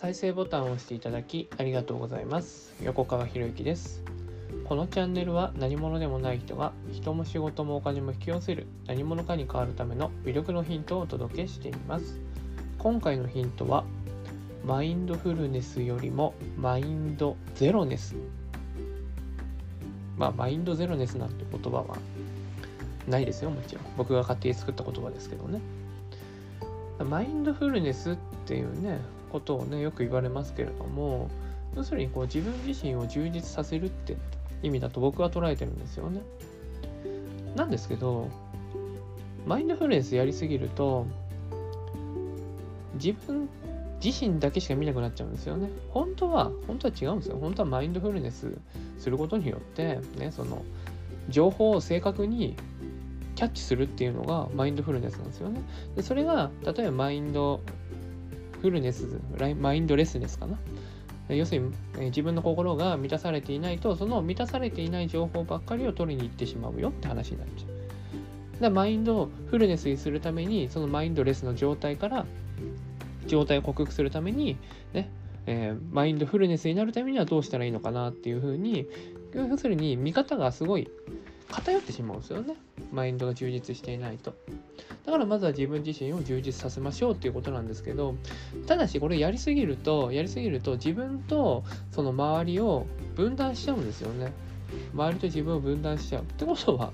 再生ボタンを押していただきありがとうございます。横川博之です。このチャンネルは何者でもない人が人も仕事もお金も引き寄せる何者かに変わるための魅力のヒントをお届けしています。今回のヒントはマインドフルネスよりもマインドゼロネス。マインドゼロネスなんて言葉はないですよ。もちろん僕が勝手に作った言葉ですけどね。マインドフルネスっていうねことをねよく言われますけれども、要するに自分自身を充実させるって意味だと僕は捉えてるんですよね。なんですけどマインドフルネスやりすぎると自分自身だけしか見なくなっちゃうんですよね。本当は違うんですよ。本当はマインドフルネスすることによってね、その情報を正確にキャッチするっていうのがマインドフルネスなんですよね。でそれが例えばマインドフルネス、マインドレスネスかな。要するに自分の心が満たされていないと、その満たされていない情報ばっかりを取りに行ってしまうよって話になっちゃう。だからマインドフルネスにするために、そのマインドレスの状態から状態を克服するためにね、マインドフルネスになるためにはどうしたらいいのかなっていうふうに、要するに見方がすごい偏ってしまうんですよね。マインドが充実していないと。だからまずは自分自身を充実させましょうっていうことなんですけど、ただしこれやりすぎると自分とその周りを分断しちゃうんですよね。周りと自分を分断しちゃうってことは、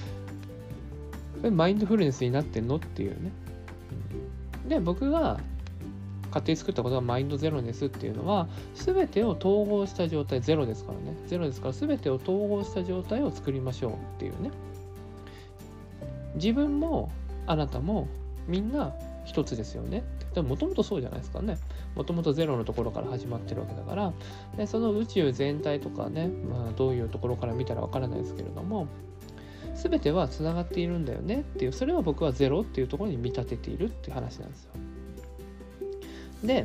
マインドフルネスになってんのっていうね。で、僕が勝手に作ったことはマインドゼロネスっていうのは、全てを統合した状態、ゼロですからね。ゼロですから全てを統合した状態を作りましょうっていうね。自分もあなたもみんな一つですよね。でももともとそうじゃないですかね。もともとゼロのところから始まってるわけだから、でその宇宙全体とかね、どういうところから見たらわからないですけれども、全てはつながっているんだよねっていう、それを僕はゼロっていうところに見立てているっていう話なんですよ。で、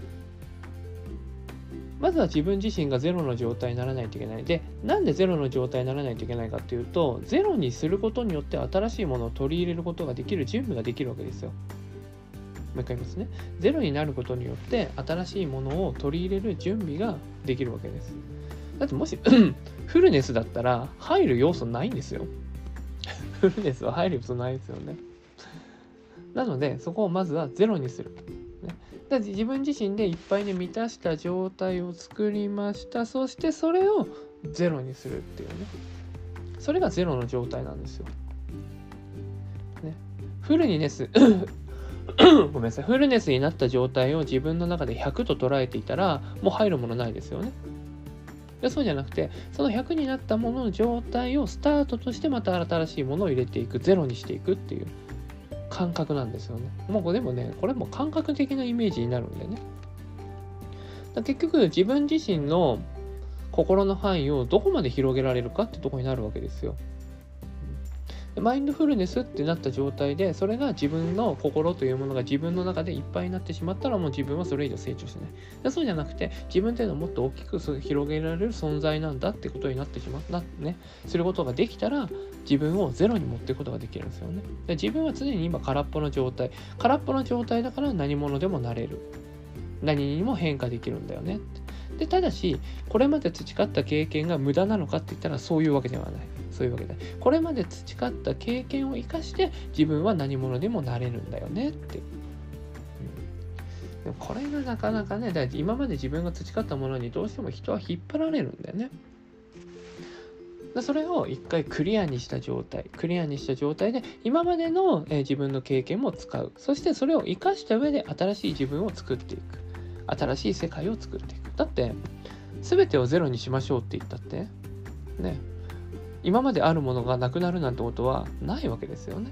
まずは自分自身がゼロの状態にならないといけない。で、なんでゼロの状態にならないといけないかっていうと、ゼロにすることによって新しいものを取り入れることができる準備ができるわけですよ。もう一回言いますね。ゼロになることによって新しいものを取り入れる準備ができるわけです。だってもしフルネスだったら入る要素ないんですよ。フルネスは入る要素ないですよね。なのでそこをまずはゼロにする。だって自分自身でいっぱいに満たした状態を作りました。そしてそれをゼロにするっていうね。それがゼロの状態なんですよ。ね、フルネスごめんなさい。フルネスになった状態を自分の中で100と捉えていたら、もう入るものないですよね。でそうじゃなくて、その100になったものの状態をスタートとしてまた新しいものを入れていく、ゼロにしていくっていう感覚なんですよね。もうでもね、これも感覚的なイメージになるんでね。結局自分自身の心の範囲をどこまで広げられるかってとこになるわけですよ。マインドフルネスってなった状態で、それが自分の心というものが自分の中でいっぱいになってしまったら、もう自分はそれ以上成長しない。でそうじゃなくて、自分っていうのはもっと大きく広げられる存在なんだってことになってしまったね。することができたら、自分をゼロに持っていくことができるんですよね。で自分は常に今空っぽの状態だから何者でもなれる。何にも変化できるんだよねって。でただしこれまで培った経験が無駄なのかって言ったらそういうわけではない。これまで培った経験を生かして自分は何者でもなれるんだよねって、でもこれがなかなかね、だから今まで自分が培ったものにどうしても人は引っ張られるんだよね。それを一回クリアにした状態で今までの自分の経験も使う。そしてそれを生かした上で新しい自分を作っていく。新しい世界を作っていく。だって全てをゼロにしましょうって言ったってね、今まであるものがなくなるなんてことはないわけですよね。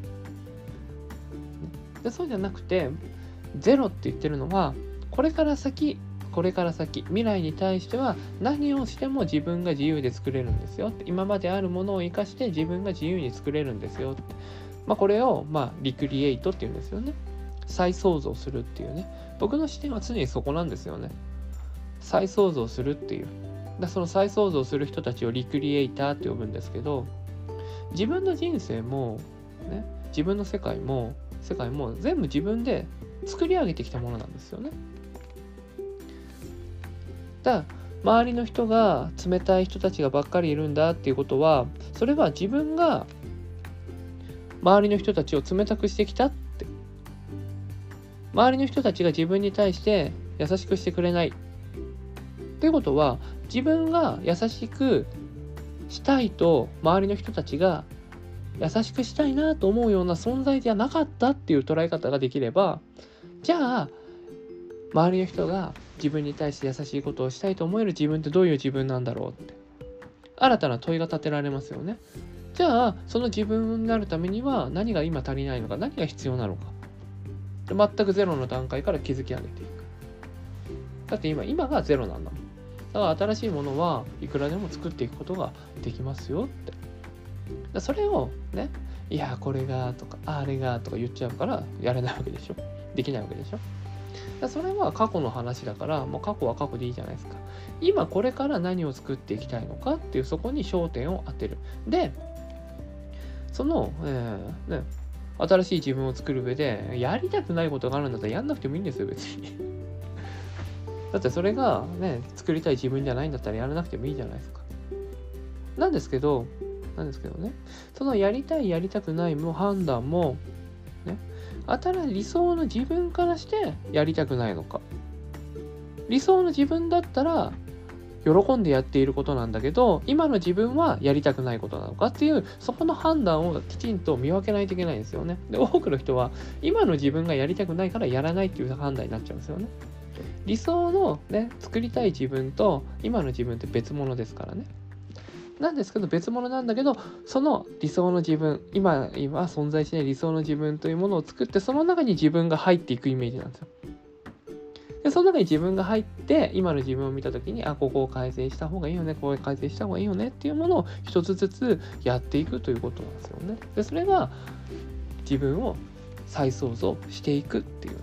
でそうじゃなくて、ゼロって言ってるのはこれから先未来に対しては何をしても自分が自由で作れるんですよ。今まであるものを生かして自分が自由に作れるんですよ。これをリクリエイトっていうんですよね。再創造するっていうね。僕の視点は常にそこなんですよね。再創造するっていう。その再創造する人たちをリクリエイターって呼ぶんですけど、自分の人生もね、自分の世界も全部自分で作り上げてきたものなんですよね。 だから周りの人が冷たい人たちがばっかりいるんだっていうことは、それは自分が周りの人たちを冷たくしてきたって、周りの人たちが自分に対して優しくしてくれないっていうことは、自分が優しくしたいと周りの人たちが優しくしたいなと思うような存在じゃなかったっていう捉え方ができれば、じゃあ周りの人が自分に対して優しいことをしたいと思える自分ってどういう自分なんだろうって新たな問いが立てられますよね。じゃあその自分になるためには何が今足りないのか、何が必要なのか、全くゼロの段階から築き上げていく。だって今がゼロなんだもん。だから新しいものはいくらでも作っていくことができますよって。それをね、いやこれがとかあれがとか言っちゃうからやれないわけでしょ。できないわけでしょ。それは過去の話だから、もう過去は過去でいいじゃないですか。今これから何を作っていきたいのかっていう、そこに焦点を当てる。でその、新しい自分を作る上でやりたくないことがあるんだったらやんなくてもいいんですよ別にだってそれがね作りたい自分じゃないんだったらやらなくてもいいじゃないですか。なんですけどね、そのやりたいやりたくないも判断もね、理想の自分からしてやりたくないのか、理想の自分だったら喜んでやっていることなんだけど今の自分はやりたくないことなのかっていう、そこの判断をきちんと見分けないといけないんですよね。で多くの人は今の自分がやりたくないからやらないっていう判断になっちゃうんですよね。理想のね作りたい自分と今の自分って別物ですからね。なんですけど別物なんだけど、その理想の自分、今存在しない理想の自分というものを作って、その中に自分が入っていくイメージなんですよ。でその中に自分が入って今の自分を見た時に、ここを改善した方がいいよね、ここを改善した方がいいよねっていうものを一つずつやっていくということなんですよね。でそれが自分を再創造していくっていうね。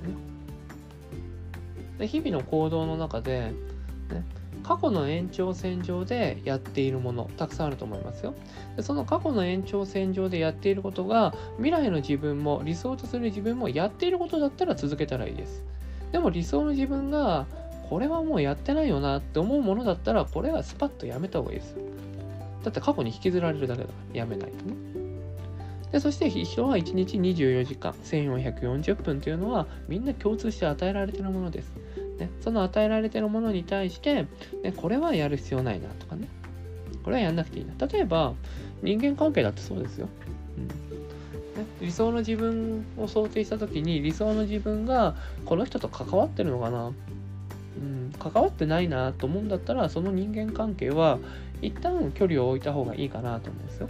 で日々の行動の中で、ね、過去の延長線上でやっているものたくさんあると思いますよ。でその過去の延長線上でやっていることが未来の自分も理想とする自分もやっていることだったら続けたらいいです。でも理想の自分がこれはもうやってないよなって思うものだったら、これはスパッとやめた方がいいですよ。だって過去に引きずられるだけだからやめないとね。でそして人は1日24時間1440分というのはみんな共通して与えられているものです。ね、その与えられているものに対して、ね、これはやる必要ないなとかね、これはやんなくていいな。例えば人間関係だってそうですよ。理想の自分を想定した時に理想の自分がこの人と関わってるのかな、関わってないなと思うんだったら、その人間関係は一旦距離を置いた方がいいかなと思うんですよ。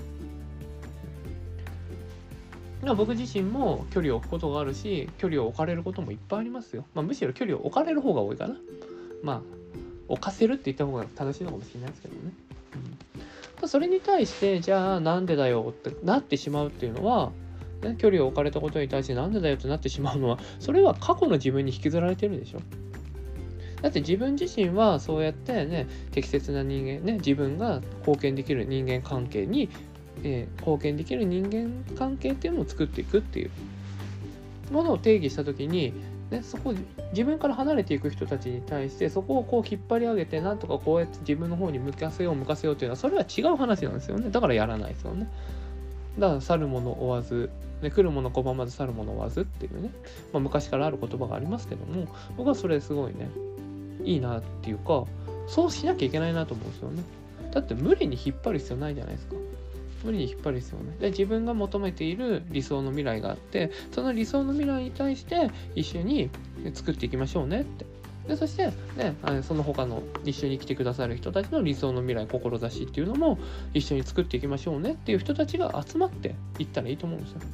僕自身も距離を置くことがあるし、距離を置かれることもいっぱいありますよ。むしろ距離を置かれる方が多いかな。置かせるって言った方が正しいのかもしれないですけどね。それに対してじゃあなんでだよってなってしまうっていうのは、ね、距離を置かれたことに対してなんでだよってなってしまうのは、それは過去の自分に引きずられてるでしょ。だって自分自身はそうやってね、適切な人間ね、自分が貢献できる人間関係に、貢献できる人間関係っていうのを作っていくっていうものを定義したときに、そこ自分から離れていく人たちに対してそこを引っ張り上げてなんとかこうやって自分の方に向かせようっていうのは、それは違う話なんですよね。だからやらないですよね。だから去るもの追わず、来るもの拒まず去るもの追わずっていうね、昔からある言葉がありますけども、僕はそれすごいねいいなっていうか、そうしなきゃいけないなと思うんですよね。だって無理に引っ張る必要ないじゃないですか。無理に引っ張る必要ない。で自分が求めている理想の未来があって、その理想の未来に対して一緒に作っていきましょうねって。でそしてね、その他の一緒に来てくださる人たちの理想の未来、志っていうのも一緒に作っていきましょうねっていう人たちが集まっていったらいいと思うんですよ。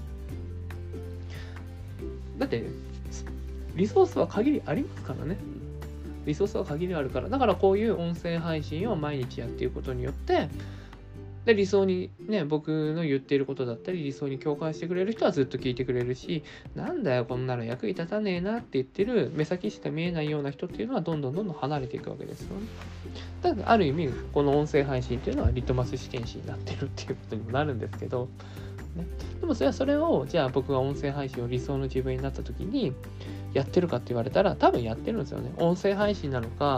だってリソースは限りありますからね。リソースは限りあるから。だからこういう音声配信を毎日やっていくことによって、で理想にね、僕の言っていることだったり理想に共感してくれる人はずっと聞いてくれるし、なんだよこんなの役に立たねえなって言ってる目先しか見えないような人っていうのはどんどん離れていくわけですよね。だからある意味この音声配信っていうのはリトマス試験紙になってるっていうことにもなるんですけど、でもそれをじゃあ僕が音声配信を理想の自分になった時にやってるかって言われたら多分やってるんですよね。音声配信なのか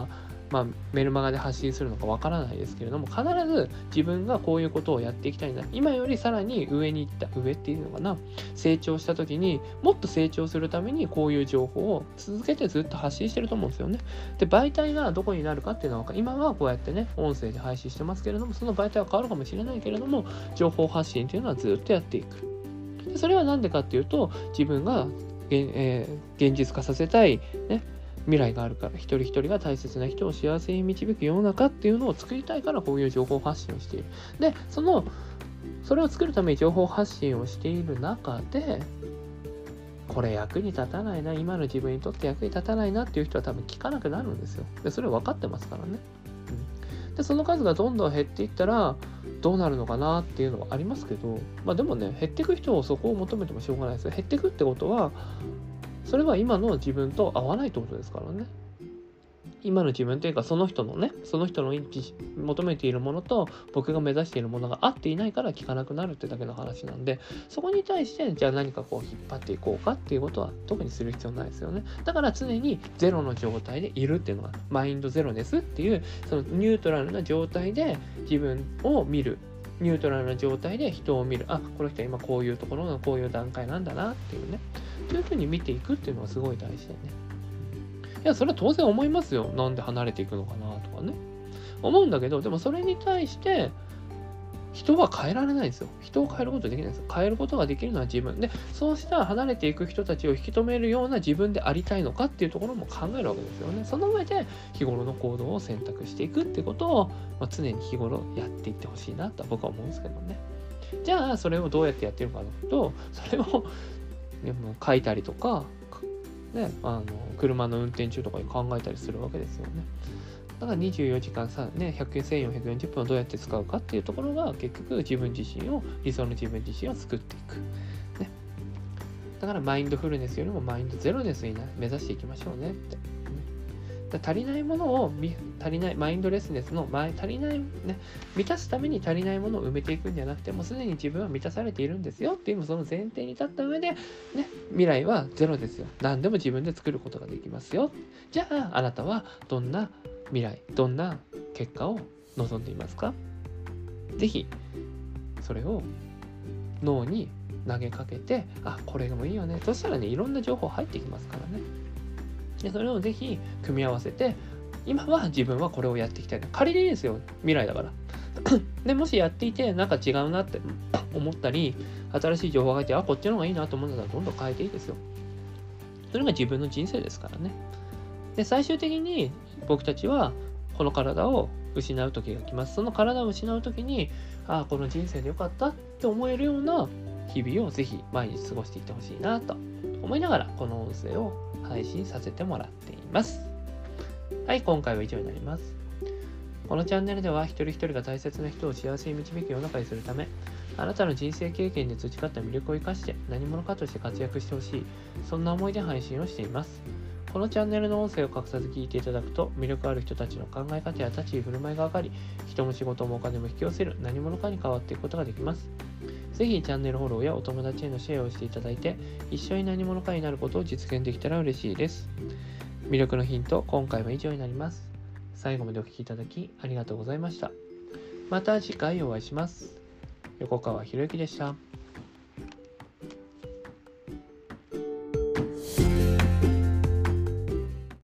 メルマガで発信するのかわからないですけれども、必ず自分がこういうことをやっていきたいな、今よりさらに上に行った、上っていうのかな、成長した時にもっと成長するためにこういう情報を続けてずっと発信してると思うんですよね。で、媒体がどこになるかっていうのは、今はこうやってね音声で配信してますけれども、その媒体は変わるかもしれないけれども、情報発信っていうのはずっとやっていく。でそれは何でかっていうと、自分が現実化させたい、ね、未来があるから、一人一人が大切な人を幸せに導く世の中っていうのを作りたいから、こういう情報発信をしている。で、それを作るために情報発信をしている中で、これ役に立たないな、今の自分にとって役に立たないなっていう人は多分聞かなくなるんですよ。で、それ分かってますからね。で、その数がどんどん減っていったらどうなるのかなっていうのはありますけど、でもね、減っていく人をそこを求めてもしょうがないですよ。減っていくってことは、それは今の自分と合わないってことですからね。今の自分というか、その人の求めているものと僕が目指しているものが合っていないから聞かなくなるってだけの話なんで、そこに対してじゃあ何かこう引っ張っていこうかっていうことは特にする必要ないですよね。だから常にゼロの状態でいるっていうのがマインドゼロですっていう、そのニュートラルな状態で自分を見る、ニュートラルな状態で人を見る、この人は今こういうところのこういう段階なんだなっていうね、というふうに見ていくっていうのはすごい大事でね。いや、それは当然思いますよ。なんで離れていくのかなとかね。思うんだけど、でもそれに対して人は変えられないんですよ。人を変えることできないんですよ。変えることができるのは自分で、そうした離れていく人たちを引き止めるような自分でありたいのかっていうところも考えるわけですよね。その上で日頃の行動を選択していくっていうことを、常に日頃やっていってほしいなと僕は思うんですけどね。じゃあそれをどうやってやってるかというと、それを書いたりとかね、車の運転中とかに考えたりするわけですよね。だから24時間1440分をどうやって使うかっていうところが、結局理想の自分自身を作っていく、ね、だからマインドフルネスよりもマインドゼロネスに目指していきましょうねって、足りないものをマインドレスネスの足りないね、満たすために足りないものを埋めていくんじゃなくて、もうすでに自分は満たされているんですよっていう、その前提に立った上でね、未来はゼロですよ。何でも自分で作ることができますよ。じゃああなたはどんな未来、どんな結果を望んでいますか？ぜひそれを脳に投げかけて、これもいいよね。そしたらね、いろんな情報入ってきますからね。でそれをぜひ組み合わせて、今は自分はこれをやっていきたい。仮でいいですよ、未来だからでもしやっていてなんか違うなって思ったり、新しい情報が入ってこっちの方がいいなと思うんだったらどんどん変えていいですよ。それが自分の人生ですからね。で最終的に僕たちはこの体を失う時が来ます。その体を失う時にこの人生でよかったって思えるような日々をぜひ毎日過ごしていってほしいなと思いながら、この音声を配信させてもらっています。はい、今回は以上になります。このチャンネルでは一人一人が大切な人を幸せに導く世の中にするため、あなたの人生経験で培った魅力を生かして何者かとして活躍してほしい、そんな思いで配信をしています。このチャンネルの音声を隠さず聞いていただくと、魅力ある人たちの考え方や立ち居振る舞いが分かり、人も仕事もお金も引き寄せる何者かに変わっていくことができます。ぜひチャンネルフォローやお友達へのシェアをしていただいて、一緒に何者かになることを実現できたら嬉しいです。魅力のヒント、今回は以上になります。最後までお聞きいただきありがとうございました。また次回お会いします。横川博之でした。